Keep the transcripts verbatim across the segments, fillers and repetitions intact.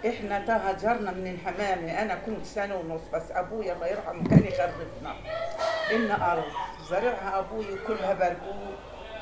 احنا تهاجرنا من الحمامة، انا كنت سنة ونص، بس ابوي الله يرحمه كان يخرفنا. إن ارض زرعها ابوي كلها برقوق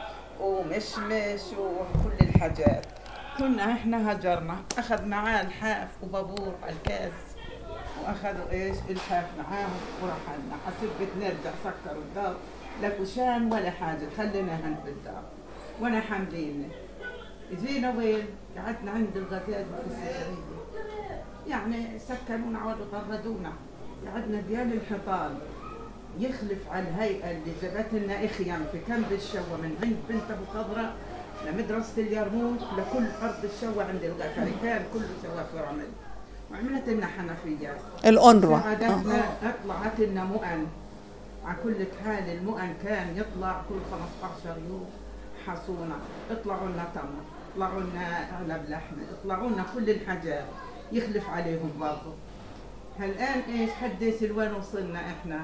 ومشمش وكل الحاجات. كنا احنا هجرنا، اخذ معاه الحاف وبابور على الكاس، واخذوا ايش الحاف معاهم ورحلنا. حسب بتنرجع سكروا الدار، لا كشان ولا حاجة، خليناهن في الدار وانا حاملينه. جينا وين؟ قعدنا عند الغزال في السفرية، يعني سكنونا عودوا طردونا. قعدنا ديال الحيطان، يخلف على الهيئة اللي جابت لنا إخيان في كنب الشوى من عند بنت أبو خضراء لمدرسة اليرموك لكل أرض الشوى عند الغفري، كان كله سوا في رمل. وعملت لنا حنفيات الأونروا. ساعدتنا، طلعت لنا مؤن. على كل حال المؤن كان يطلع كل خمسة عشر يوم حصونا، اطلعوا لنا تمر، اطلعوا لنا علب لحمة، اطلعوا لنا كل الحاجات، يخلف عليهم برضه. هالآن ايش حدث لوين وصلنا احنا؟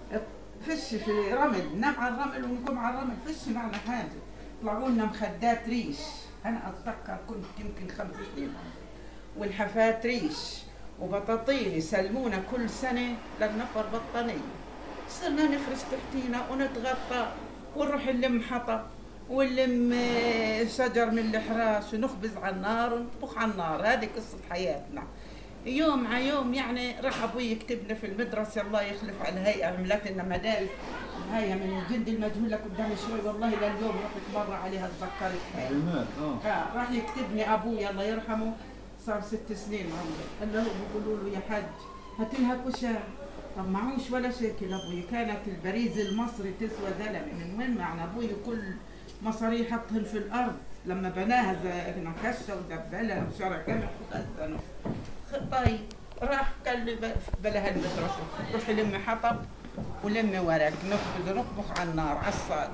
فش في رمل، ننام على الرمل ونقوم على الرمل، فش معنا حاجة. طلعوا لنا مخدات ريش، أنا أتذكر كنت يمكن خمس سنين، والحفات ريش وبطاطين يسلمونا كل سنة للنفر بطانية. صرنا نفرش تحتينا ونتغطى ونروح نلم حطب ونلم شجر من الحراش ونخبز على النار ونطبخ على النار. هذه قصة حياتنا يوم على يوم. يعني راح ابوي يكتبنا في المدرسه، الله يخلف على الهيئه، عملت لنا مدارس هاي من الجند المجهول قدام شوي، والله لليوم رحت مره عليها اتذكرت. اه راح يكتبني ابوي الله يرحمه، صار ست سنين عمره. قال له بيقولوا له يا حج هات لها كشان، طب معوش ولا شكل ابوي. كانت البريز المصري تسوى زلمه، من وين معنا ابوي كل مصاري حطهن في الارض لما بناها كشه وزبلها وشرع كامل وخزنه. طيب راح قال لي بلا هالمدرسة روح لمي حطب ولمي ورق نخبز ونطبخ على النار على الصاج.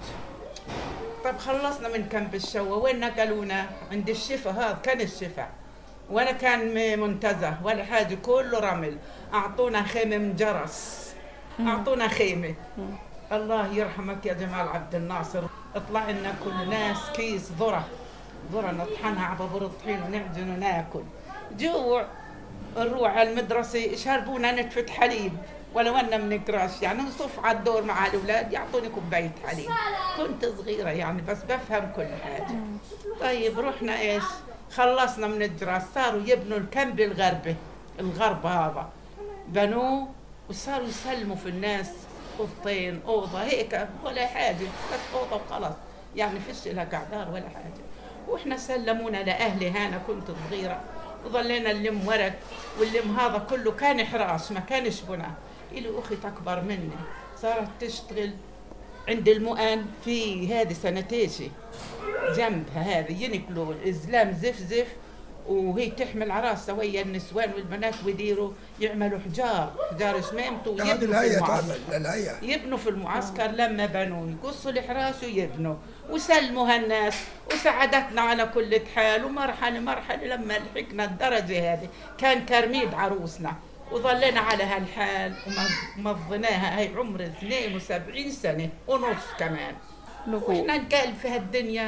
طيب خلصنا من كنب الشوى، وين نقلونا؟ عند الشفا، هذا كان الشفا ولا كان منتزه ولا حاجة، كله رمل. أعطونا خيمة من جرس، أعطونا خيمة. الله يرحمك يا جمال عبد الناصر، اطلع لنا كل ناس كيس ذرة، ذرة نطحنها على بابور الطحين ونعجن وناكل. جوع نروح على المدرسة يشربونا نتفة حليب ولو أنا منقراش، يعني نصف على الدور مع الأولاد يعطوني كوباية حليب. كنت صغيرة يعني بس بفهم كل حاجة. طيب رحنا إيش؟ خلصنا من الدراسة، صاروا يبنوا الكنب الغربي، الغرب هذا بنوه وصاروا يسلموا في الناس أوضتين، أوضة هيك ولا حاجة، بس أوضة وخلاص، يعني فيش لها قعدار ولا حاجة. وإحنا سلمونا لأهلي، هانا كنت صغيرة وظلينا نلم ورق واللم هذا كله كان حراس ما كانش بنا. إلي أختي أكبر مني صارت تشتغل عند المؤن في هذه سنتيشي جنبها، هذه ينقلوا الإزلام زفزف وهي تحمل عراسة ويا النسوان والبنات ويديروا يعملوا حجار حجار شمامته ويبنوا في المعسكر. يبنوا في المعسكر لما بنوا يقصوا الحراس ويبنوا وسلموا هالناس، وساعدتنا على كل حال. ومرحلة مرحلة لما لحقنا الدرجة هذه كان كرميد عروسنا، وظلينا على هالحال ومضيناها هاي عمر اثنين وسبعين سنة ونص كمان. واحنا نقال في هالدنيا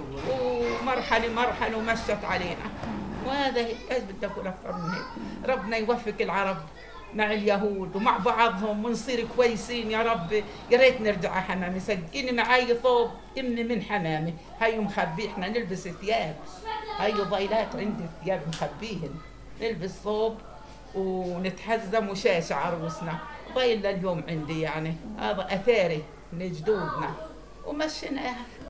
ومرحلة مرحلة ومشت علينا. وهذا ايش بدي اقول اكثر من هيك؟ ربنا يوفق العرب مع اليهود ومع بعضهم ونصير كويسين يا رب. يا ريت نرجع على حمامي، صدقيني معي ثوب امي من حمامي، هيو مخبي، احنا نلبس ثياب، هيو ضيلات عندي ثياب مخبيهن، نلبس ثوب ونتحزم وشاشه عروسنا ضيل لليوم عندي، يعني هذا اثاري من جدودنا ومشيناها.